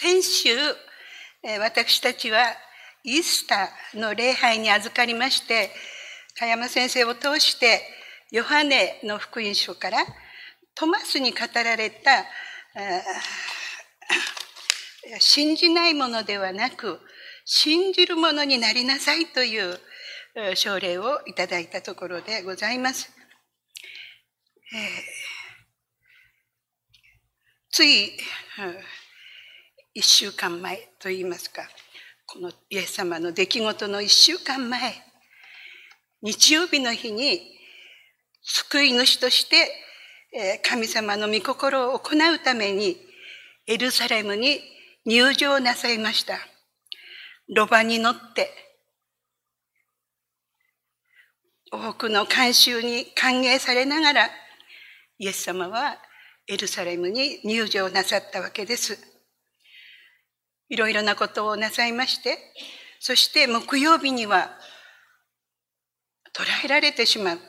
先週、私たちはイースターの礼拝に預かりまして、香山先生を通してヨハネの福音書からトマスに語られた信じないものではなく信じるものになりなさいという奨励をいただいたところでございます。つい1週間前といいますか、このイエス様の出来事の1週間前、日曜日の日に救い主として神様の御心を行うためにエルサレムに入場なさいました。ロバに乗って多くの観衆に歓迎されながらイエス様はエルサレムに入場なさったわけです。いろいろなことをなさいまして、そして木曜日には捕らえられてしまう。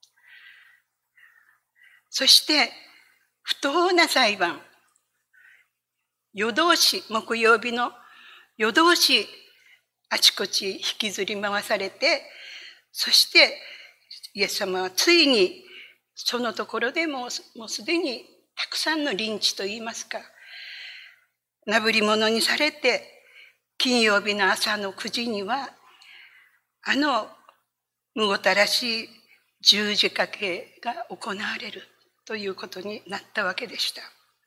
そして不当な裁判、夜通し、木曜日の夜通しあちこち引きずり回されて、そしてイエス様はついにそのところでもうすでにたくさんのリンチといいますか、なぶり物にされて、金曜日の朝の9時にはむごたらしい十字架刑が行われるということになったわけでした。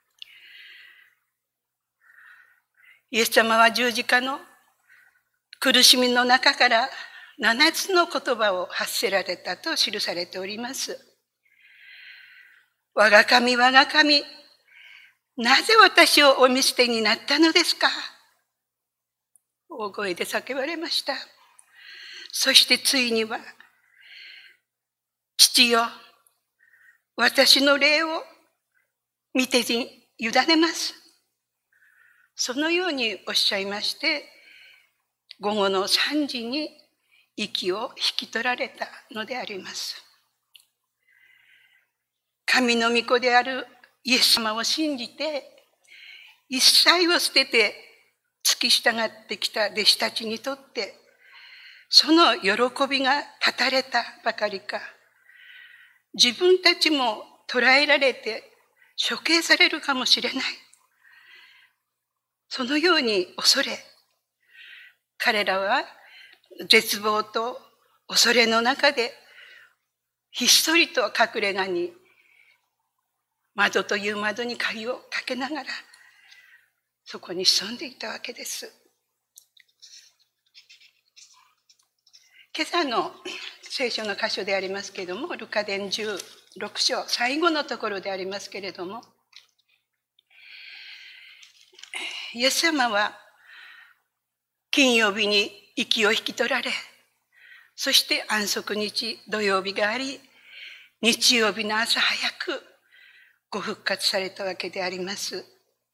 イエス様は十字架の苦しみの中から7つの言葉を発せられたと記されております。我が神、我が神、なぜ私をお見捨てになったのですか？大声で叫ばれました。そしてついには、父よ、私の霊を御手に委ねます。そのようにおっしゃいまして、午後の3時に息を引き取られたのであります。神の御子であるイエス様を信じて、一切を捨てて付き従ってきた弟子たちにとって、その喜びが絶たれたばかりか、自分たちも捕らえられて処刑されるかもしれない。そのように恐れ、彼らは絶望と恐れの中で、ひっそりと隠れ家に、窓という窓に鍵をかけながら、そこに潜んでいたわけです。今朝の聖書の箇所でありますけれども、ルカ伝16章、最後のところでありますけれども、イエス様は金曜日に息を引き取られ、そして安息日土曜日があり、日曜日の朝早くご復活されたわけであります。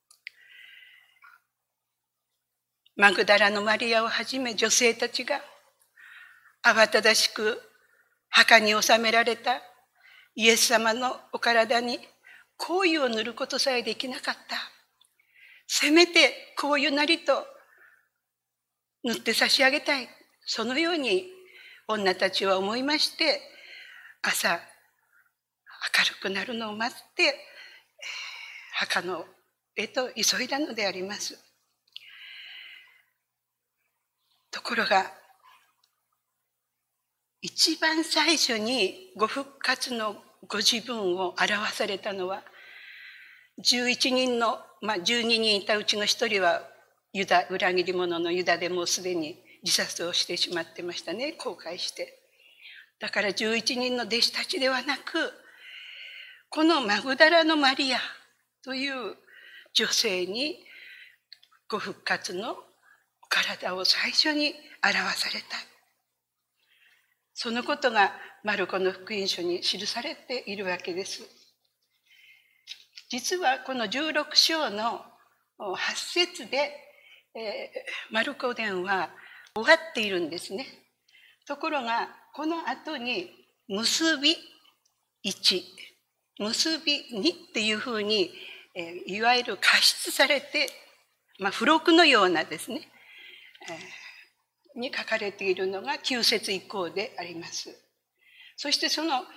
マグダラのマリアをはじめ女性たちが慌ただしく墓に納められたイエス様のお体に香油を塗ることさえできなかった。せめて香油なりと塗って差し上げたい。そのように女たちは思いまして、朝明るくなるのを待って墓のへと急いだのであります。ところが、一番最初にご復活のご自分を表されたのは、11人の、12人いたうちの1人は裏切り者のユダでもうすでに自殺をしてしまってましたね、後悔して。だから11人の弟子たちではなく、このマグダラのマリアという女性にご復活の体を最初に表された。そのことがマルコの福音書に記されているわけです。実はこの16章の8節で、マルコ伝は終わっているんですね。ところがこの後に結び1、結び2っていうふうに、いわゆる加筆されて付録のようなですね、に書かれているのが9節以降であります。そしてその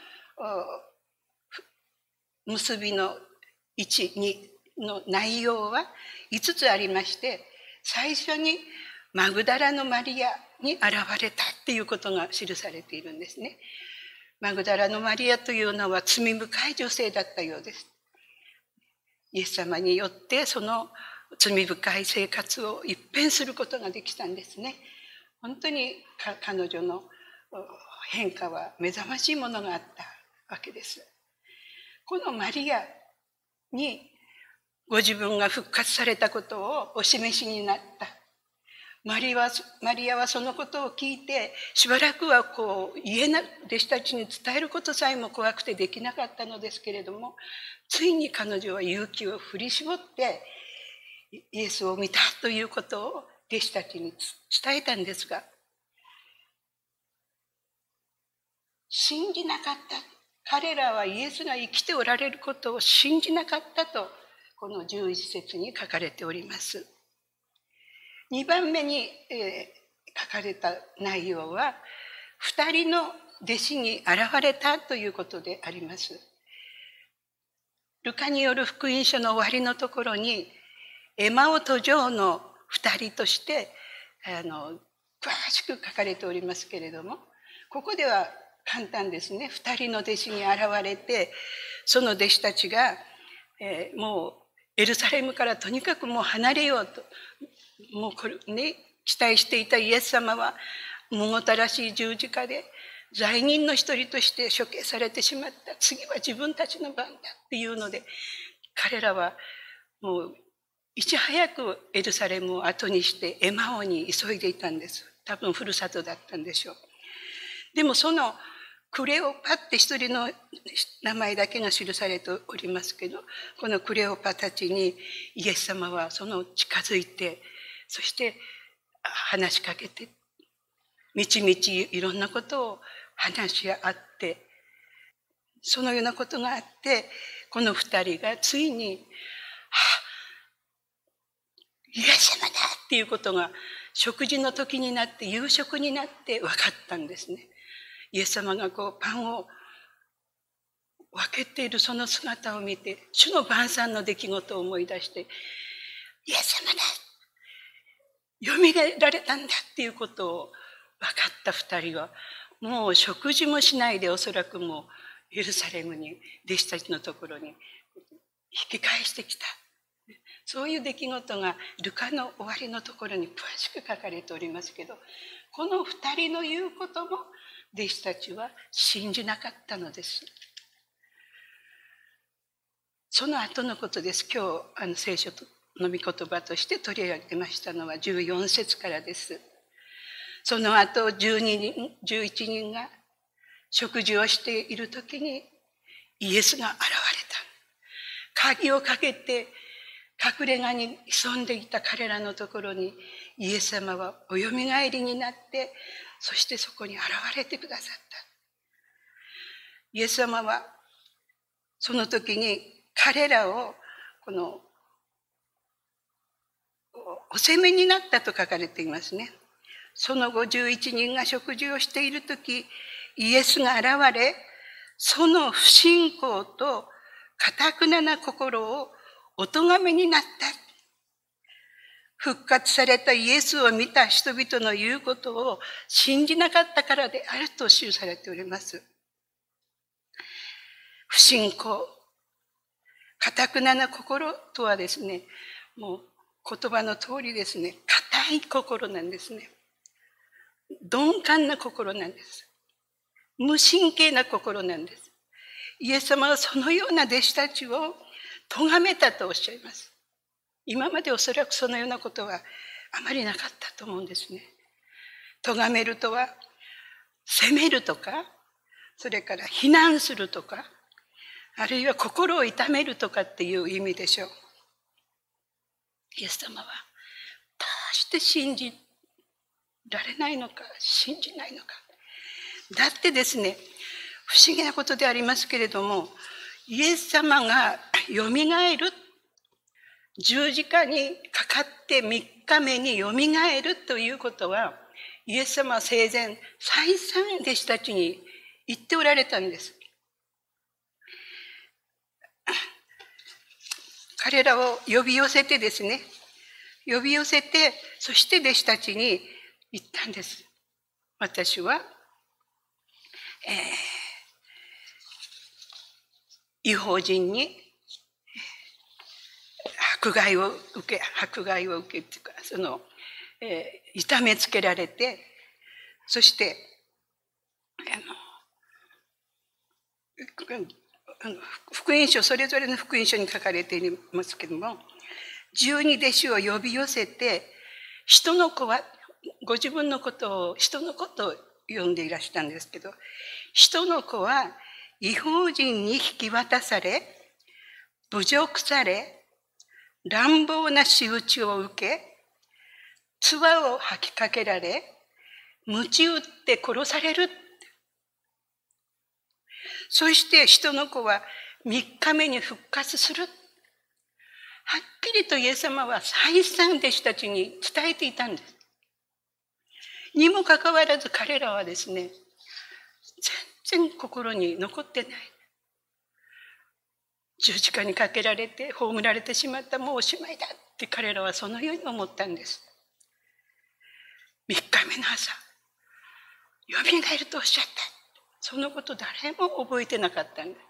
結びの1、2の内容は5つありまして、最初にマグダラのマリアに現れたっていうことが記されているんですね。マグダラのマリアというのは罪深い女性だったようです。イエス様によってその罪深い生活を一変することができたんですね。本当に彼女の変化は目覚ましいものがあったわけです。このマリアにご自分が復活されたことをお示しになった。マリアはそのことを聞いて、しばらくは弟子たちに伝えることさえも怖くてできなかったのですけれども、ついに彼女は勇気を振り絞ってイエスを見たということを弟子たちに伝えたんですが、信じなかった。彼らはイエスが生きておられることを信じなかったと、この11節に書かれております。2番目に、書かれた内容は、2人の弟子に現れたということであります。ルカによる福音書の終わりのところに、エマオ途上の2人として詳しく書かれておりますけれども、ここでは簡単ですね。2人の弟子に現れて、その弟子たちが、もうエルサレムからとにかくもう離れようと、もうこれね、期待していたイエス様は物たらしい十字架で罪人の一人として処刑されてしまった。次は自分たちの番だっていうので、彼らはもういち早くエルサレムを後にしてエマオに急いでいたんです。多分ふるさとだったんでしょう。でもそのクレオパって一人の名前だけが記されておりますけど、このクレオパたちにイエス様はその近づいて、そして話しかけて、みちみちいろんなことを話し合って、そのようなことがあって、この二人がついに、イエス様だっていうことが食事の時になって、夕食になって分かったんですね。イエス様がパンを分けているその姿を見て、主の晩餐の出来事を思い出して、イエス様だ、よみがえられたんだっていうことを分かった二人は、もう食事もしないでおそらくもうエルサレムに弟子たちのところに引き返してきた。そういう出来事がルカの終わりのところに詳しく書かれておりますけど、この二人の言うことも弟子たちは信じなかったのです。その後のことです。今日聖書の御言葉として取り上げましたのは14節からです。その後11人が食事をしている時にイエスが現れた。鍵をかけて隠れ家に潜んでいた彼らのところにイエス様はおよみがえりになって、そしてそこに現れてくださった。イエス様はその時に彼らをお責めになったと書かれていますね。その後11人が食事をしている時、イエスが現れ、その不信仰と堅なな心をお咎めになった。復活されたイエスを見た人々の言うことを信じなかったからであると記されております。不信仰、堅なな心とはですね、もう言葉の通りですね、固い心なんですね。鈍感な心なんです。無神経な心なんです。イエス様はそのような弟子たちを咎めたとおっしゃいます。今までおそらくそのようなことはあまりなかったと思うんですね。咎めるとは責めるとか、それから非難するとか、あるいは心を痛めるとかっていう意味でしょう。イエス様はどうして信じられないのか、信じないのか。だってですね、不思議なことでありますけれども、イエス様がよみがえる、 十字架にかかって3日目によみがえるということは、イエス様は生前、再三弟子たちに言っておられたんです。彼らを呼び寄せてですね、呼び寄せて、そして弟子たちに言ったんです。私は、異邦人に迫害を受けっていうか、痛めつけられて、そして、福音書、それぞれの福音書に書かれていますけども、12弟子を呼び寄せて、人の子は、ご自分のことを人の子と呼んでいらしたんですけど、人の子は異邦人に引き渡され、侮辱され、乱暴な仕打ちを受け、唾を吐きかけられ、鞭打って殺される。そして人の子は3日目に復活する。はっきりとイエス様は再三弟子たちに伝えていたんです。にもかかわらず彼らはですね、全然心に残ってない。十字架にかけられて葬られてしまった、もうおしまいだって彼らはそのように思ったんです。3日目の朝、よみがえるとおっしゃった。そのこと誰も覚えてなかったんです。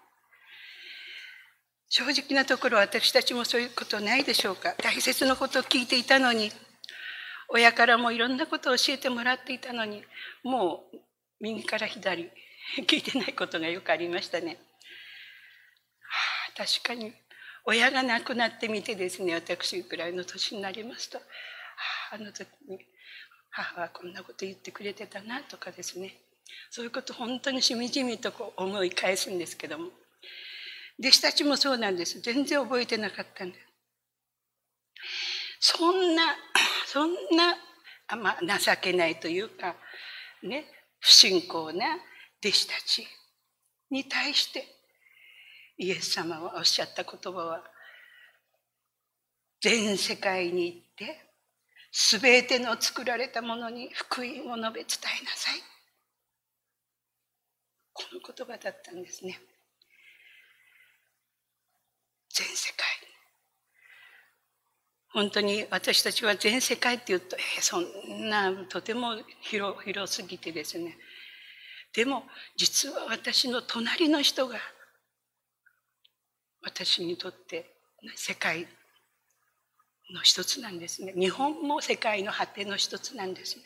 正直なところ私たちもそういうことないでしょうか。大切なことを聞いていたのに、親からもいろんなことを教えてもらっていたのに、もう右から左聞いてないことがよくありましたね。確かに親が亡くなってみてですね、私ぐらいの年になりますと、あの時に母はこんなこと言ってくれてたなとかですね、そういうこと本当にしみじみと思い返すんですけども、弟子たちもそうなんです。全然覚えてなかったんです。そんな情けないというかね、不信仰な弟子たちに対してイエス様はおっしゃった言葉は、全世界に行ってすべての作られたものに福音を述べ伝えなさい。この言葉だったんですね。全世界。本当に私たちは全世界って言うと、そんなとても広すぎてですね。でも実は私の隣の人が私にとって世界の一つなんですね。日本も世界の果ての一つなんですね。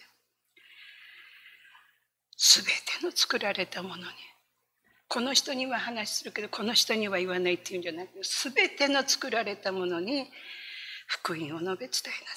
すべての作られたものに、この人には話するけどこの人には言わないっていうんじゃなくて、すべての作られたものに福音を述べ伝えなさい。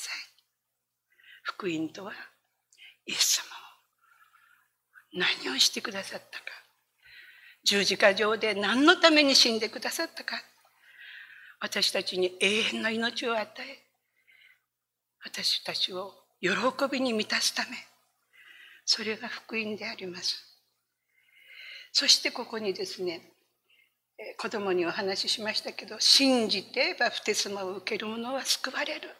福音とはイエス様を何をしてくださったか、十字架上で何のために死んでくださったか、私たちに永遠の命を与え、私たちを喜びに満たすため、それが福音であります。そしてここにですね、子供にお話ししましたけど、信じてバプテスマを受ける者は救われる。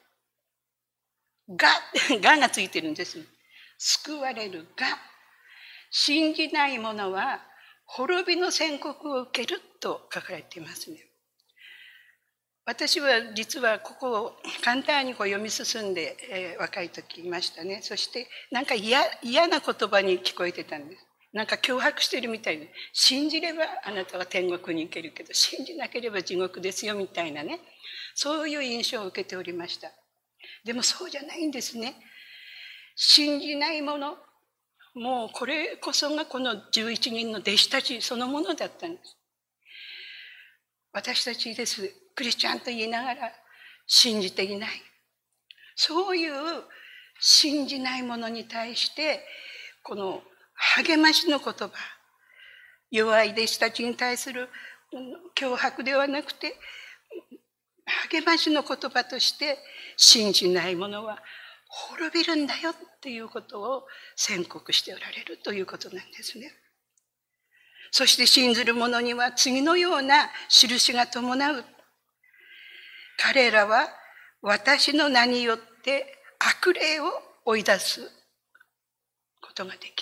がついてるんです。救われるが、信じない者は滅びの宣告を受けると書かれていますね。私は実はここを簡単に読み進んで、若い時いましたね。そしてなんか嫌な言葉に聞こえてたんです。なんか脅迫してるみたいで、信じればあなたは天国に行けるけど、信じなければ地獄ですよみたいなね、そういう印象を受けておりました。でもそうじゃないんですね。信じない者、もうこれこそがこの11人の弟子たちそのものだったんです。私たちです。クリスチャンと言いながら信じていない。そういう信じない者に対して、この励ましの言葉、弱い弟子たちに対する脅迫ではなくて、励ましの言葉として、信じない者は滅びるんだよっていうことを宣告しておられるということなんですね。そして信ずる者には次のような印が伴う。彼らは私の名によって悪霊を追い出すことができる。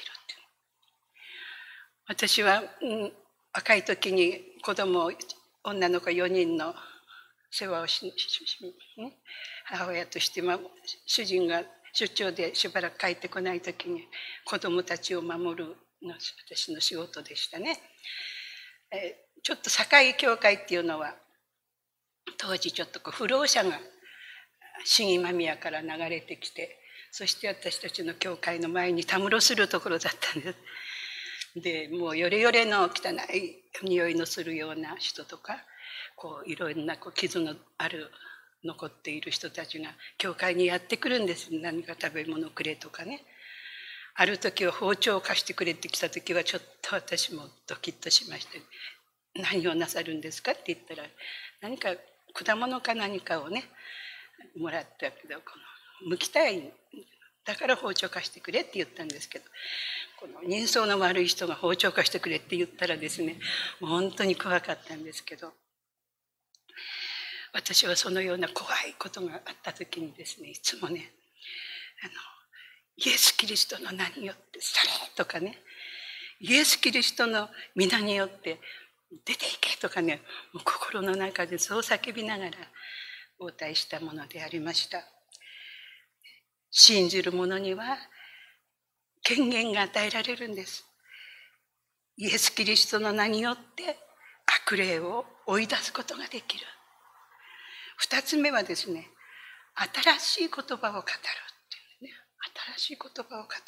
私は、若い時に子供、女の子4人の世話を母親として、主人が出張でしばらく帰ってこない時に子供たちを守るの私の仕事でしたね。ちょっと堺教会っていうのは当時ちょっと不老者が新今宮から流れてきて、そして私たちの教会の前にたむろするところだったんです。でもうヨレヨレの汚い匂いのするような人とか、いろんな傷のある残っている人たちが教会にやってくるんです。何か食べ物くれとかね。ある時は包丁を貸してくれってきた時はちょっと私もドキッとしました。何をなさるんですかって言ったら、何か果物か何かをねもらったけど、剥きたいだから包丁貸してくれって言ったんですけど、この人相の悪い人が包丁貸してくれって言ったらですね、もう本当に怖かったんですけど、私はそのような怖いことがあった時にですね、いつもね、イエス・キリストの名によって去れとかね、イエス・キリストの皆によって出ていけとかね、もう心の中でそう叫びながら応対したものでありました。信じる者には権限が与えられるんです。イエス・キリストの名によって悪霊を追い出すことができる。二つ目はですね、新しい言葉を語るっていうね。新しい言葉を語る。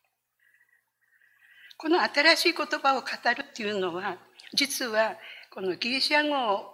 この新しい言葉を語るっていうのは、実はこのギリシャ語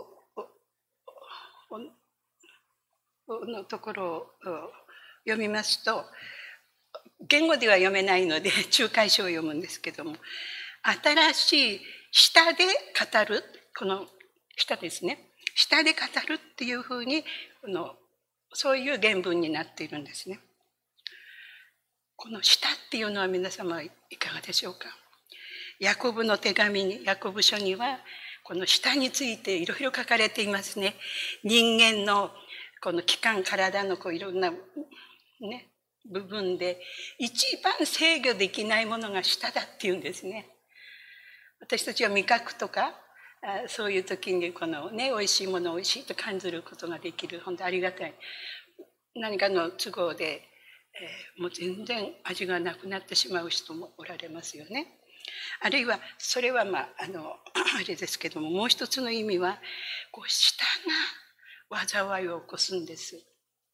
のところを読みますと、言語では読めないので仲介書を読むんですけども、新しい舌で語る、この舌ですね、舌で語るっていうふうにそういう原文になっているんですね。この舌っていうのは皆様いかがでしょうか。ヤコブの手紙に、ヤコブ書にはこの舌についていろいろ書かれていますね。人間のこの器官、体のいろんなね部分で一番制御できないものが舌だっていうんですね。私たちは味覚とかそういう時にこのね、美味しいものを美味しいと感じることができる、本当ありがたい。何かの都合で、もう全然味がなくなってしまう人もおられますよね。あるいはそれはあれですけども、もう一つの意味は舌が災いを起こすんです。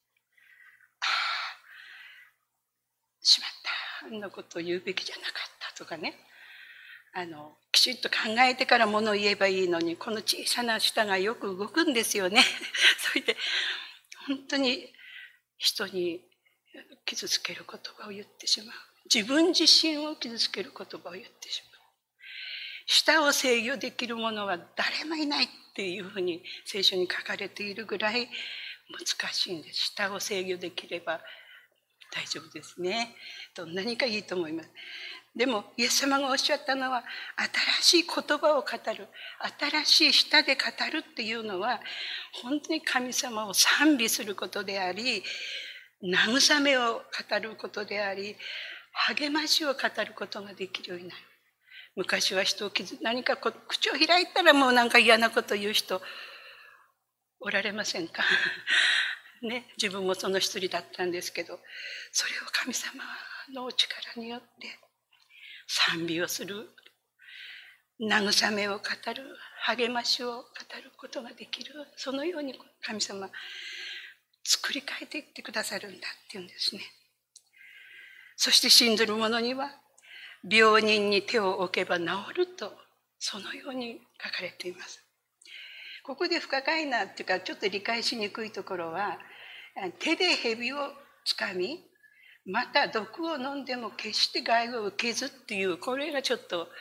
しまった、あんなことを言うべきじゃなかったとかね、きちっと考えてからものを言えばいいのに、この小さな舌がよく動くんですよね。それで本当に人に傷つける言葉を言ってしまう。自分自身を傷つける言葉を言ってしまう。舌を制御できる者は誰もいないっていうふうに聖書に書かれているぐらい難しいんです。舌を制御できれば大丈夫ですね。何かいいと思います。でもイエス様がおっしゃったのは、新しい言葉を語る、新しい舌で語るっていうのは本当に神様を賛美することであり、慰めを語ることであり、励ましを語ることができるようになる。昔は人を何か口を開いたらもうなんか嫌なこと言う人おられませんかね、自分もその一人だったんですけど、それを神様のお力によって賛美をする、慰めを語る、励ましを語ることができる、そのように神様作り変えていってくださるんだっていうんですね。そして信ずる者には病人に手を置けば治ると、そのように書かれています。ここで不可解なっていうかちょっと理解しにくいところは、手で蛇をつかみ、また毒を飲んでも決して害を受けずっていう、これがちょっと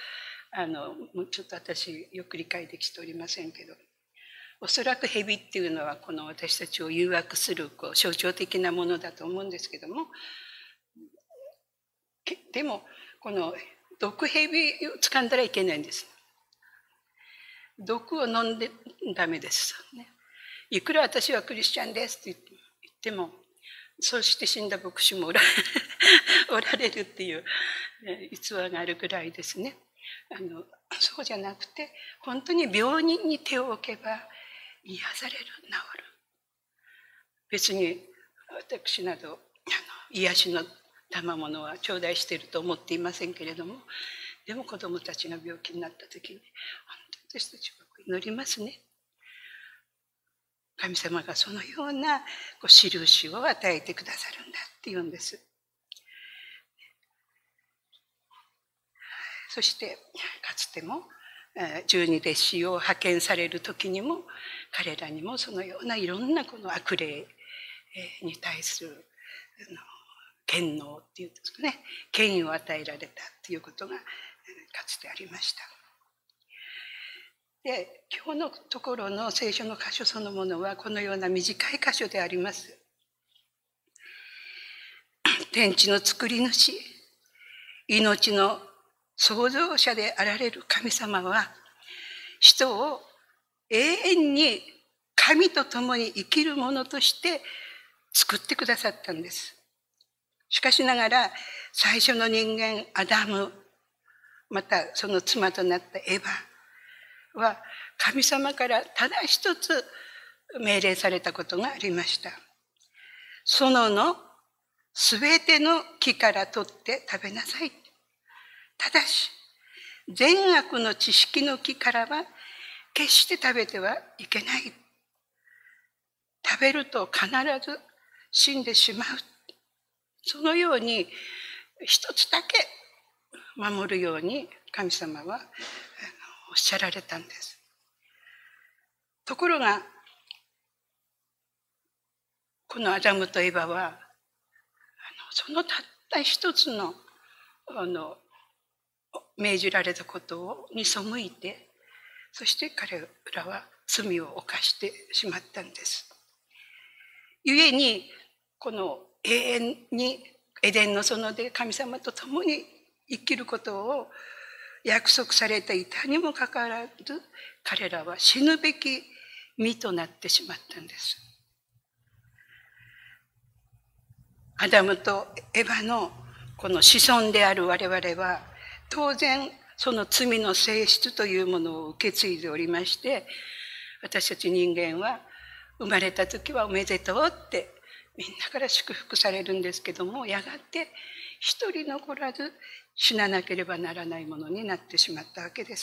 私よく理解できておりませんけど、おそらく蛇っていうのはこの私たちを誘惑する象徴的なものだと思うんですけども、でもこの毒蛇を掴んだらいけないんです。毒を飲んでダメですね。 いくら私はクリスチャンですって言っても、そうして死んだ牧師もおられるっていう逸話があるぐらいですね。そうじゃなくて、本当に病人に手を置けば癒される、治る。別に私など癒しの賜物は頂戴していると思っていませんけれども、でも子どもたちが病気になった時に、本当に私たちは祈りますね。神様がそのような印を与えてくださるんだって言うんです。そしてかつても12弟子を派遣される時にも、彼らにもそのようないろんなこの悪霊に対する権能っていうんですかね、権威を与えられたっていうことがかつてありました。で、今日のところの聖書の箇所そのものはこのような短い箇所であります。天地の作り主、命の創造者であられる神様は、人を永遠に神と共に生きるものとして作ってくださったんです。しかしながら、最初の人間アダム、またその妻となったエヴァは、神様からただ一つ命令されたことがありました。園のすべての木から取って食べなさい。ただし、善悪の知識の木からは決して食べてはいけない。食べると必ず死んでしまう。そのように一つだけ守るように神様はおっしゃられたんです。ところが、このアダムとエバは、そのたった一つの命じられたことに背いて、そして彼らは罪を犯してしまったんです。故にこの永遠にエデンの園で神様と共に生きることを約束されていたにもかかわらず、彼らは死ぬべき身となってしまったんです。アダムとエバのこの子孫である我々は、当然その罪の性質というものを受け継いでおりまして、私たち人間は生まれた時はおめでとうってみんなから祝福されるんですけども、やがて一人残らず死ななければならないものになってしまったわけです。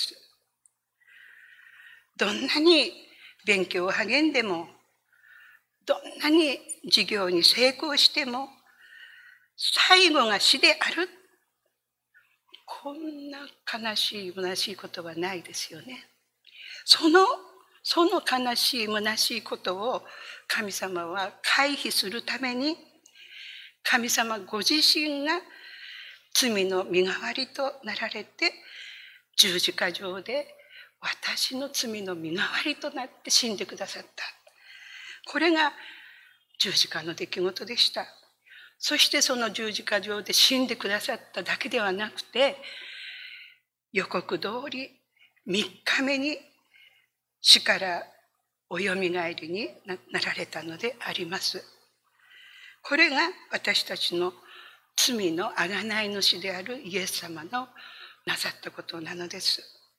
どんなに勉強を励んでも、どんなに授業に成功しても、最後が死である。こんな悲しい、虚しいことはないですよね。その悲しい、虚しいことを神様は回避するために、神様ご自身が罪の身代わりとなられて、十字架上で私の罪の身代わりとなって死んでくださった。これが十字架の出来事でした。そしてその十字架上で死んでくださっただけではなくて、予告通り3日目に死からおよみがえりになられたのであります。これが私たちの罪の贖い主であるイエス様のなさったことなのです。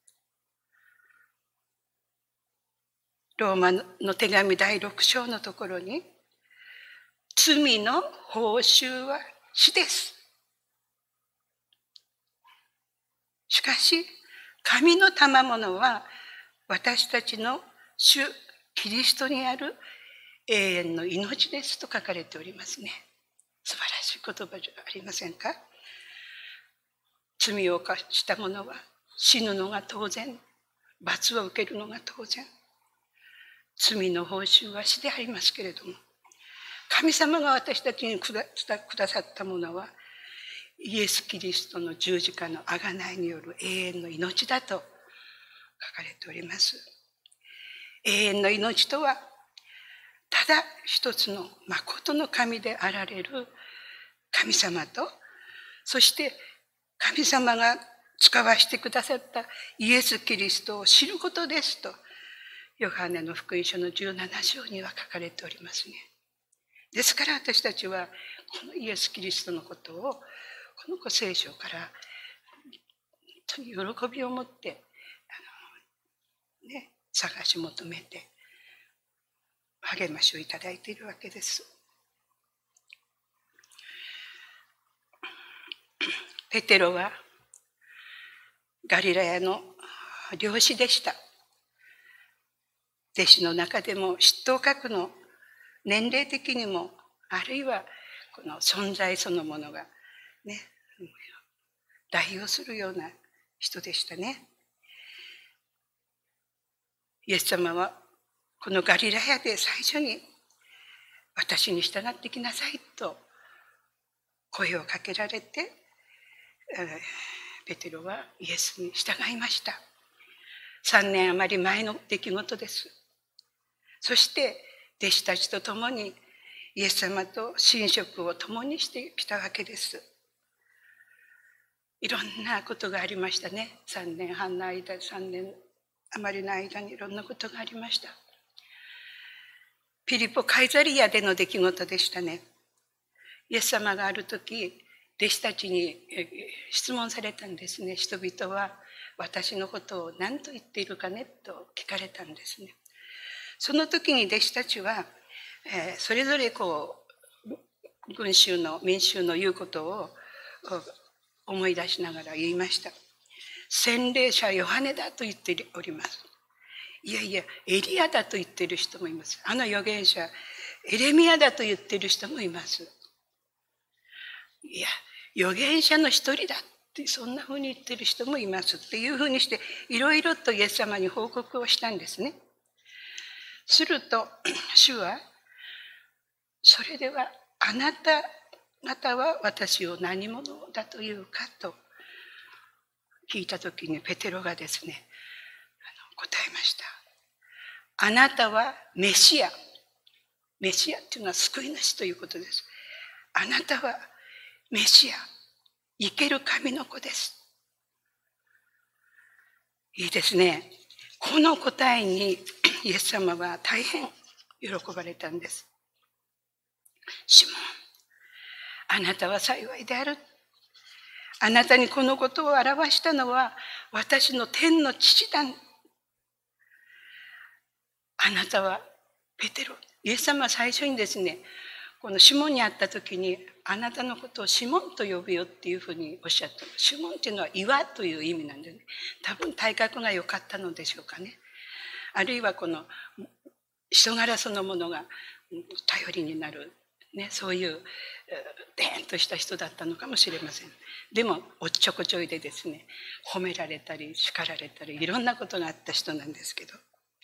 ローマの手紙第6章のところに、罪の報酬は死です。しかし、神の賜物は私たちの主キリストにある永遠の命ですと書かれておりますね。素晴らしい言葉じゃありませんか？罪を犯した者は死ぬのが当然、罰を受けるのが当然。罪の報酬は死でありますけれども、神様が私たちにくださったものは、イエス・キリストの十字架の贖いによる永遠の命だと書かれております。永遠の命とは、ただ一つの誠の神であられる神様と、そして神様が使わしてくださったイエス・キリストを知ることですと、 ヨハネの福音書の17章には書かれておりますね。ですから私たちはこのイエス・キリストのことをこの聖書から本当に喜びを持って探し求めて励ましをいただいているわけです。ペテロはガリラヤの漁師でした。弟子の中でも筆頭格の年齢的にも、あるいはこの存在そのものがね、代表するような人でしたね。イエス様はこのガリラヤで最初に私に従ってきなさいと声をかけられて、ペテロはイエスに従いました。3年余り前の出来事です。そして弟子たちと共にイエス様と寝食を共にしてきたわけです。いろんなことがありましたね。3年半の間、3年余りの間にいろんなことがありました。ピリポ・カイザリアでの出来事でしたね。イエス様がある時、弟子たちに質問されたんですね。人々は私のことを何と言っているかねと聞かれたんですね。その時に弟子たちは、それぞれ民衆の言うことを思い出しながら言いました。洗礼者ヨハネだと言っております。いやいや、エリアだと言っている人もいます。あの預言者、エレミアだと言っている人もいます。いや、預言者の一人だってそんなふうに言っている人もいますっていうふうにしていろいろとイエス様に報告をしたんですね。すると主はそれではあなた方は私を何者だというかと聞いたときにペテロがですね答えました。あなたはメシア。メシアっていうのは救い主ということです。あなたはメシア。生ける神の子です。いいですね。この答えにイエス様は大変喜ばれたんです。シモン、あなたは幸いである。あなたにこのことを表したのは私の天の父だ。あなたはペテロ。イエス様は最初にですね、このシモンに会った時にあなたのことをシモンと呼ぶよっていうふうにおっしゃった。シモンっていうのは岩という意味なんでね。多分体格が良かったのでしょうかね。あるいはこの人柄そのものが頼りになる、ね、そういうデーンとした人だったのかもしれません。でもおっちょこちょいでですね、褒められたり叱られたりいろんなことがあった人なんですけど、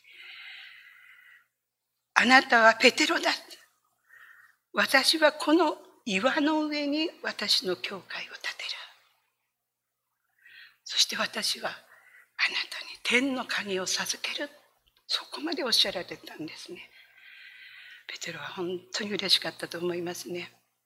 あなたはペテロだ。私はこの岩の上に私の教会を建てる。そして私はあなたに天の鍵を授ける。そこまでおっしゃられたんですね。ペテロは本当に嬉しかったと思いますね。イエ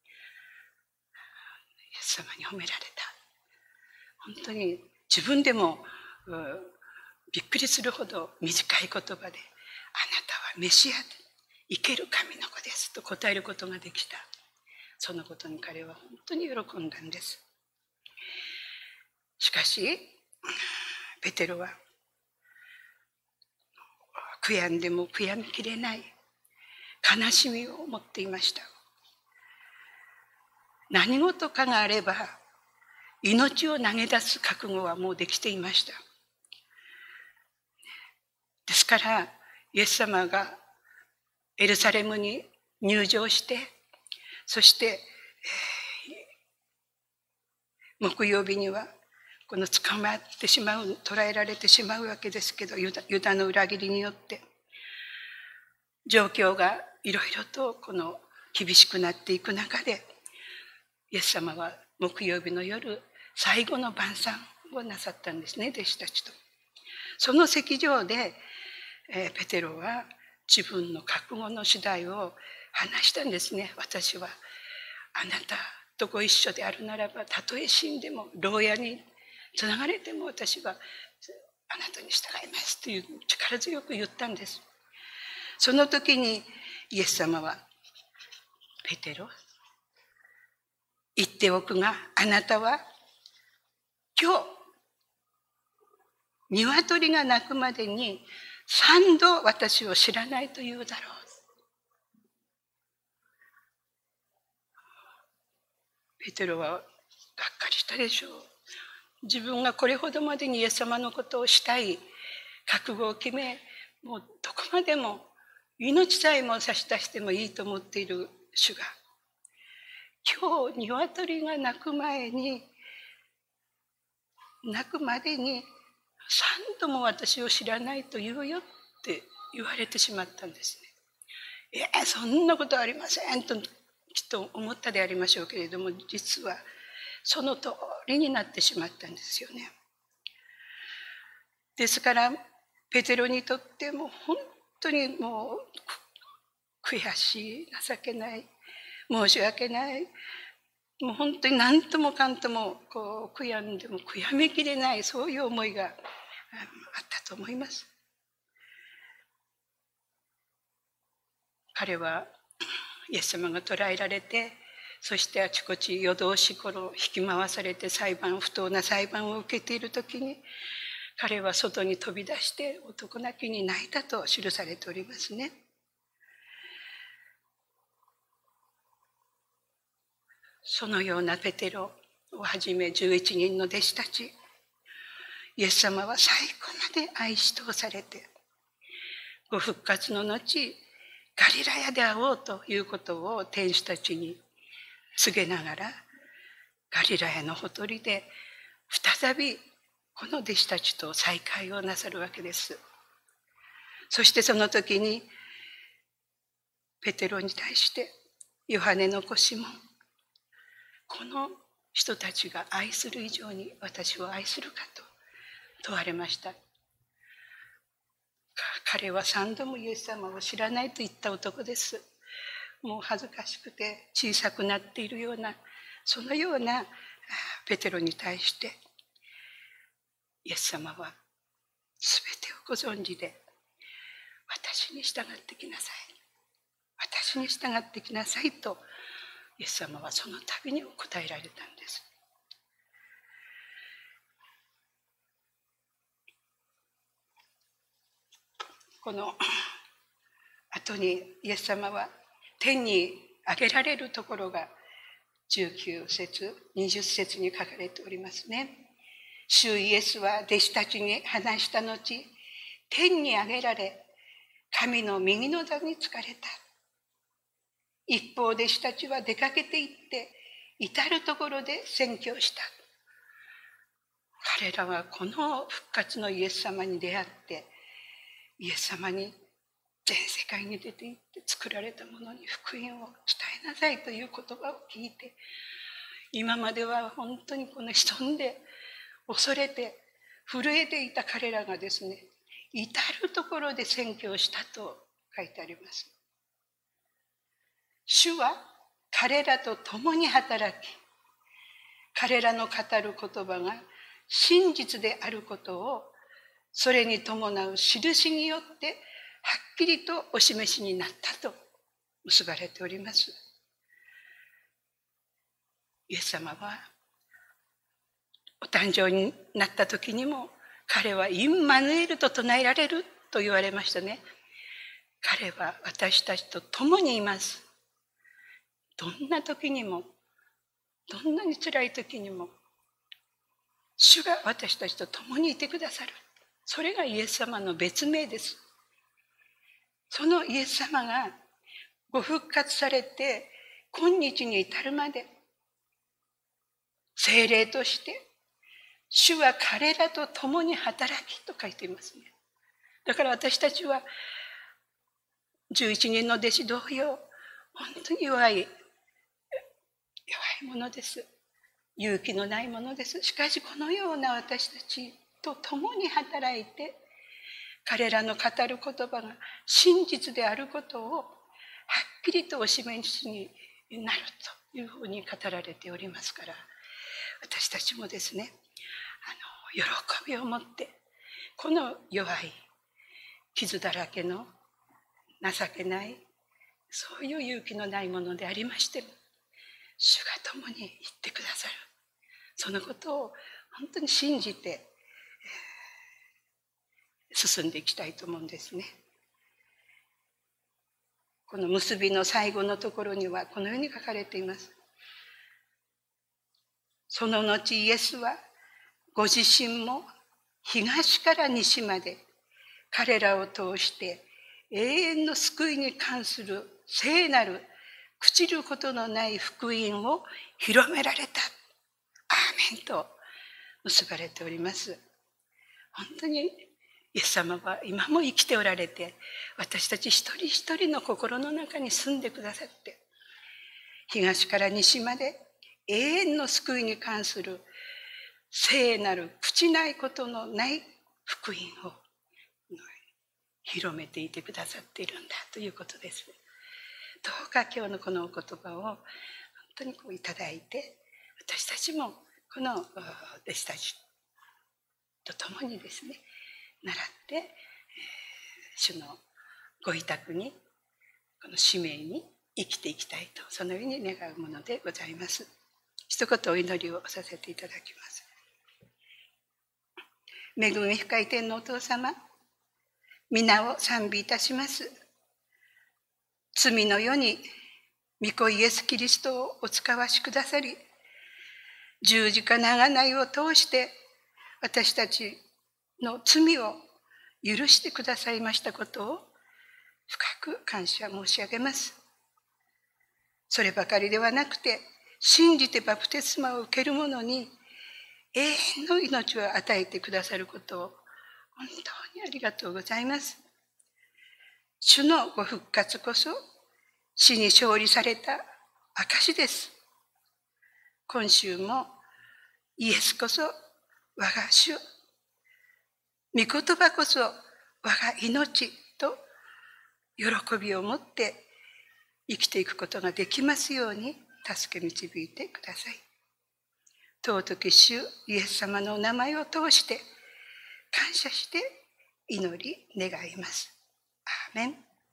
ス様に褒められた。本当に自分でもびっくりするほど短い言葉で、あなたはメシアで生ける神の子ですと答えることができた。そのことに彼は本当に喜んだんです。しかしペテロは悔やんでも悔やみきれない悲しみを持っていました。何事かがあれば命を投げ出す覚悟はもうできていました。ですからイエス様がエルサレムに入場して、そして木曜日にはこの捕まってしまう、捕らえられてしまうわけですけど、ユダの裏切りによって状況がいろいろとこの厳しくなっていく中で、イエス様は木曜日の夜最後の晩餐をなさったんですね、弟子たちと。その席上でペテロは自分の覚悟の次第を話したんですね。私はあなたとご一緒であるならば、たとえ死んでも牢屋につながれても私はあなたに従いますという力強く言ったんです。その時にイエス様は、ペテロ、言っておくが、あなたは今日、鶏が鳴くまでに3度私を知らないと言うだろう。ペテロはがっかりしたでしょう。自分がこれほどまでにイエス様のことをしたい覚悟を決め、もうどこまでも命さえも差し出してもいいと思っている主が、今日鶏が鳴く前に、鳴くまでに3度も私を知らないと言うよって言われてしまったんですね。そんなことはありませんときっと思ったでありましょうけれども、実はその通りになってしまったんですよね。ですからペテロにとっても本当にもう悔しい、情けない、申し訳ない、もう本当に何ともかんともこう悔やんでも悔やみきれない、そういう思いがあったと思います。彼はイエス様が捕らえられて、そしてあちこち夜通し引き回されて不当な裁判を受けている時に、彼は外に飛び出して男泣きに泣いたと記されておりますね。そのようなペテロをはじめ11人の弟子たち、イエス様は最後まで愛し通されて、ご復活の後、ガリラヤで会おうということを天使たちに告げながら、ガリラヤのほとりで再びこの弟子たちと再会をなさるわけです。そしてその時にペテロに対してヨハネの子シモン、この人たちが愛する以上に私を愛するかと問われました。彼は3度もイエス様を知らないと言った男です。もう恥ずかしくて小さくなっているような、そのようなペテロに対してイエス様は全てをご存知で、私に従ってきなさい、私に従ってきなさいとイエス様はその度に答えられたんです。この後にイエス様は天に上げられるところが19節20節に書かれておりますね。主イエスは弟子たちに話した後、天に上げられ神の右の座につかれた。一方弟子たちは出かけて行って至るところで宣教した。彼らはこの復活のイエス様に出会って、イエス様に全世界に出て行って作られたものに福音を伝えなさいという言葉を聞いて、今までは本当にこの潜んで恐れて震えていた彼らがですね、至るところで宣教したと書いてあります。主は彼らと共に働き、彼らの語る言葉が真実であることをそれに伴う印によってはっきりとお示しになったと結ばれております。イエス様はお誕生になった時にも、彼はインマヌエルと唱えられると言われましたね。彼は私たちと共にいます。どんな時にも、どんなに辛い時にも、主が私たちと共にいてくださる。それがイエス様の別名です。そのイエス様がご復活されて今日に至るまで、聖霊として主は彼らと共に働きと書いていますね。だから私たちは11人の弟子同様、本当に弱いものです。勇気のないものです。しかしこのような私たちと共に働いて、彼らの語る言葉が真実であることをはっきりとお示しになるというふうに語られておりますから、私たちもですね、喜びを持ってこの弱い、傷だらけの情けない、そういう勇気のないものでありましても、主が共に言ってくださる。そのことを本当に信じて進んでいきたいと思うんですね。この結びの最後のところにはこのように書かれています。その後イエスはご自身も東から西まで彼らを通して永遠の救いに関する聖なる朽ちることのない福音を広められた。アーメンと結ばれております。本当にイエス様は今も生きておられて、私たち一人一人の心の中に住んでくださって、東から西まで永遠の救いに関する聖なる朽ちないことのない福音を広めていてくださっているんだということです。どうか今日のこのお言葉を本当にいただいて、私たちもこの弟子たちと共にですね、習って、主のご委託に、この使命に生きていきたいと、そのように願うものでございます。一言お祈りをさせていただきます。恵み深い天のお父様、皆を賛美いたします。罪の世に御子イエス・キリストをお使わしくださり、十字架長ないを通して私たちの罪を許してくださいましたことを深く感謝申し上げます。そればかりではなくて、信じてバプテスマを受ける者に永遠の命を与えてくださることを本当にありがとうございます。主のご復活こそ死に勝利された証です。今週もイエスこそ我が主、御言葉こそ我が命と喜びを持って生きていくことができますように助け導いてください。尊き主イエス様のお名前を通して感謝して祈り願います。アーメン。